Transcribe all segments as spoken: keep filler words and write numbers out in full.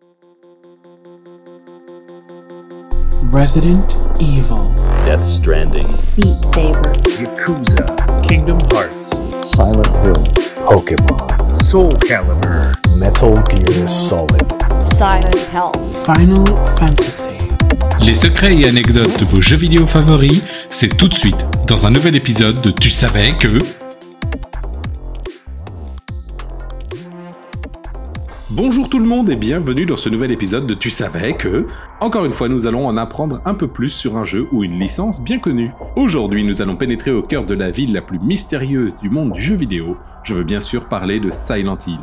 Resident Evil, Death Stranding, Beat Saber, Yakuza, Kingdom Hearts, Silent Hill, Pokemon, Soul Calibur, Metal Gear Solid, Silent Hill, Final Fantasy. Les secrets et anecdotes de vos jeux vidéo favoris, c'est tout de suite dans un nouvel épisode de Tu savais que... Bonjour tout le monde et bienvenue dans ce nouvel épisode de Tu savais que... Encore une fois, nous allons en apprendre un peu plus sur un jeu ou une licence bien connue. Aujourd'hui, nous allons pénétrer au cœur de la ville la plus mystérieuse du monde du jeu vidéo. Je veux bien sûr parler de Silent Hill.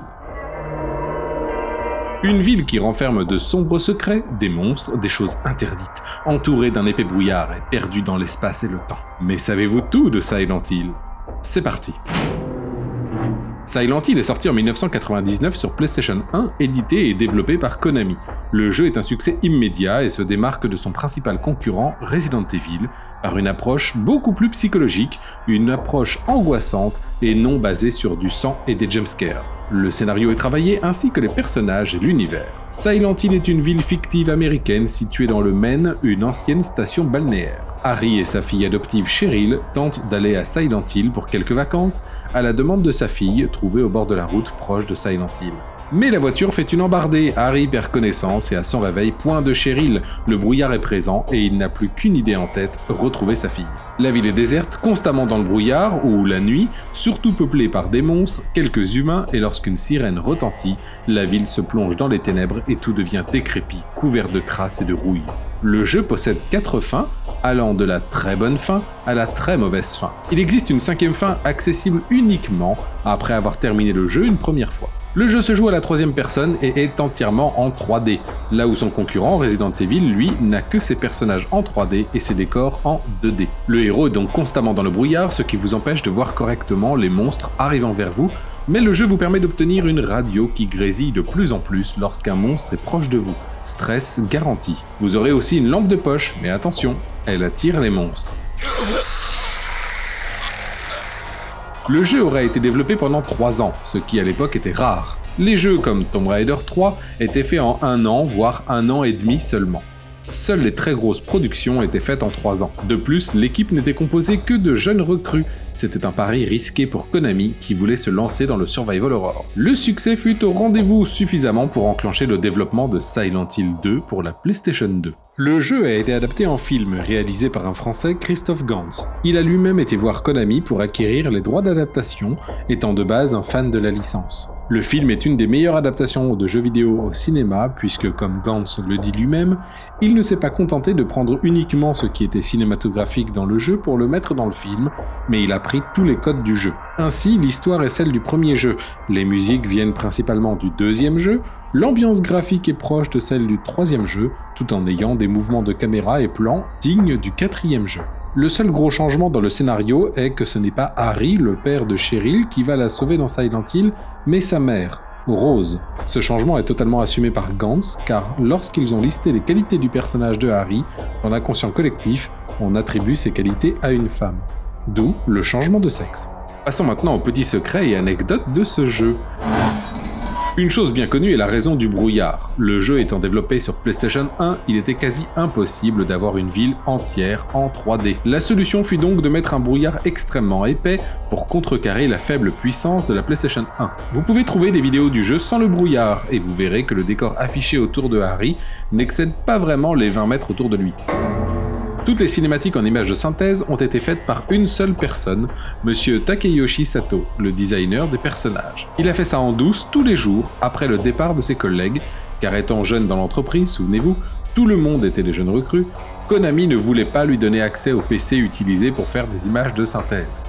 Une ville qui renferme de sombres secrets, des monstres, des choses interdites, entourée d'un épais brouillard et perdue dans l'espace et le temps. Mais savez-vous tout de Silent Hill ? C'est parti. Silent Hill est sorti en dix-neuf cent quatre-vingt-dix-neuf sur PlayStation un, édité et développé par Konami. Le jeu est un succès immédiat et se démarque de son principal concurrent, Resident Evil, par une approche beaucoup plus psychologique, une approche angoissante et non basée sur du sang et des jumpscares. Le scénario est travaillé ainsi que les personnages et l'univers. Silent Hill est une ville fictive américaine située dans le Maine, une ancienne station balnéaire. Harry et sa fille adoptive Cheryl tentent d'aller à Silent Hill pour quelques vacances, à la demande de sa fille, trouvée au bord de la route proche de Silent Hill. Mais la voiture fait une embardée, Harry perd connaissance et à son réveil, point de Cheryl. Le brouillard est présent et il n'a plus qu'une idée en tête, retrouver sa fille. La ville est déserte, constamment dans le brouillard ou la nuit, surtout peuplée par des monstres, quelques humains et lorsqu'une sirène retentit, la ville se plonge dans les ténèbres et tout devient décrépit, couvert de crasse et de rouille. Le jeu possède quatre fins, allant de la très bonne fin à la très mauvaise fin. Il existe une cinquième fin accessible uniquement après avoir terminé le jeu une première fois. Le jeu se joue à la troisième personne et est entièrement en trois D, là où son concurrent Resident Evil, lui, n'a que ses personnages en trois D et ses décors en deux D. Le héros est donc constamment dans le brouillard, ce qui vous empêche de voir correctement les monstres arrivant vers vous, mais le jeu vous permet d'obtenir une radio qui grésille de plus en plus lorsqu'un monstre est proche de vous. Stress garanti. Vous aurez aussi une lampe de poche, mais attention, elle attire les monstres. Le jeu aurait été développé pendant trois ans, ce qui à l'époque était rare. Les jeux comme Tomb Raider trois étaient faits en un an, voire un an et demi seulement. Seules les très grosses productions étaient faites en trois ans. De plus, l'équipe n'était composée que de jeunes recrues. C'était un pari risqué pour Konami qui voulait se lancer dans le survival horror. Le succès fut au rendez-vous suffisamment pour enclencher le développement de Silent Hill deux pour la PlayStation deux. Le jeu a été adapté en film réalisé par un Français, Christophe Gans. Il a lui-même été voir Konami pour acquérir les droits d'adaptation, étant de base un fan de la licence. Le film est une des meilleures adaptations de jeux vidéo au cinéma, puisque comme Gans le dit lui-même, il ne s'est pas contenté de prendre uniquement ce qui était cinématographique dans le jeu pour le mettre dans le film, mais il a pris tous les codes du jeu. Ainsi, l'histoire est celle du premier jeu, les musiques viennent principalement du deuxième jeu, l'ambiance graphique est proche de celle du troisième jeu, tout en ayant des mouvements de caméra et plans dignes du quatrième jeu. Le seul gros changement dans le scénario est que ce n'est pas Harry, le père de Cheryl, qui va la sauver dans Silent Hill, mais sa mère, Rose. Ce changement est totalement assumé par Gans, car lorsqu'ils ont listé les qualités du personnage de Harry, dans l'inconscient collectif, on attribue ces qualités à une femme. D'où le changement de sexe. Passons maintenant aux petits secrets et anecdotes de ce jeu. Une chose bien connue est la raison du brouillard. Le jeu étant développé sur PlayStation un, il était quasi impossible d'avoir une ville entière en trois D. La solution fut donc de mettre un brouillard extrêmement épais pour contrecarrer la faible puissance de la PlayStation un. Vous pouvez trouver des vidéos du jeu sans le brouillard, et vous verrez que le décor affiché autour de Harry n'excède pas vraiment les vingt mètres autour de lui. Toutes les cinématiques en images de synthèse ont été faites par une seule personne, Monsieur Takeyoshi Sato, le designer des personnages. Il a fait ça en douce tous les jours après le départ de ses collègues, car étant jeune dans l'entreprise, souvenez-vous, tout le monde était des jeunes recrues, Konami ne voulait pas lui donner accès au P C utilisé pour faire des images de synthèse.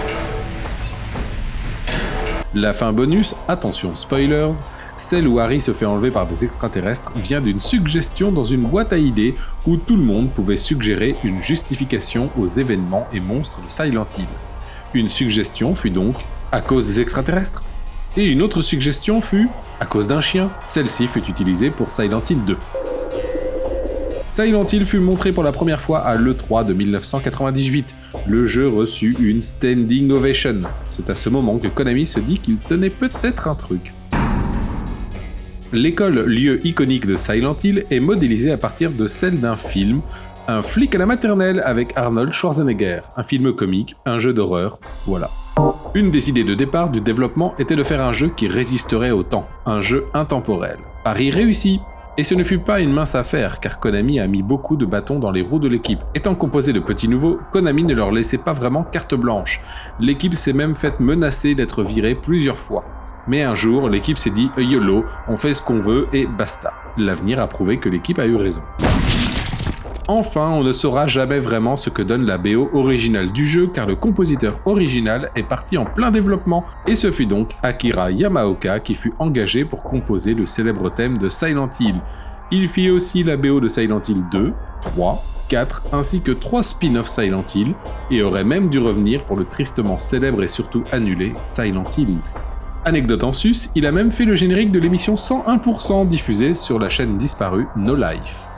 La fin bonus, attention spoilers, celle où Harry se fait enlever par des extraterrestres vient d'une suggestion dans une boîte à idées où tout le monde pouvait suggérer une justification aux événements et monstres de Silent Hill. Une suggestion fut donc à cause des extraterrestres. Et une autre suggestion fut à cause d'un chien. Celle-ci fut utilisée pour Silent Hill deux. Silent Hill fut montré pour la première fois à l'E trois de dix-neuf cent quatre-vingt-dix-huit. Le jeu reçut une standing ovation. C'est à ce moment que Konami se dit qu'il tenait peut-être un truc. L'école, lieu iconique de Silent Hill, est modélisée à partir de celle d'un film, Un flic à la maternelle avec Arnold Schwarzenegger, un film comique, un jeu d'horreur, voilà. Une des idées de départ du développement était de faire un jeu qui résisterait au temps, un jeu intemporel. Pari réussi! Et ce ne fut pas une mince affaire, car Konami a mis beaucoup de bâtons dans les roues de l'équipe. Étant composé de petits nouveaux, Konami ne leur laissait pas vraiment carte blanche. L'équipe s'est même faite menacer d'être virée plusieurs fois. Mais un jour, l'équipe s'est dit « YOLO, on fait ce qu'on veut et basta ». L'avenir a prouvé que l'équipe a eu raison. Enfin, on ne saura jamais vraiment ce que donne la B O originale du jeu car le compositeur original est parti en plein développement et ce fut donc Akira Yamaoka qui fut engagé pour composer le célèbre thème de Silent Hill. Il fit aussi la B O de Silent Hill deux, trois, quatre ainsi que trois spin-off Silent Hill et aurait même dû revenir pour le tristement célèbre et surtout annulé Silent Hills. Anecdote en sus, il a même fait le générique de l'émission cent un pour cent diffusée sur la chaîne disparue No Life.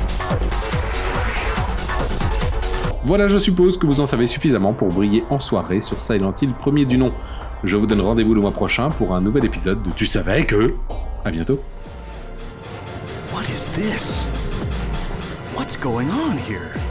Voilà, je suppose que vous en savez suffisamment pour briller en soirée sur Silent Hill premier du nom. Je vous donne rendez-vous le mois prochain pour un nouvel épisode de Tu savais que... À bientôt. What is this? What's going on here?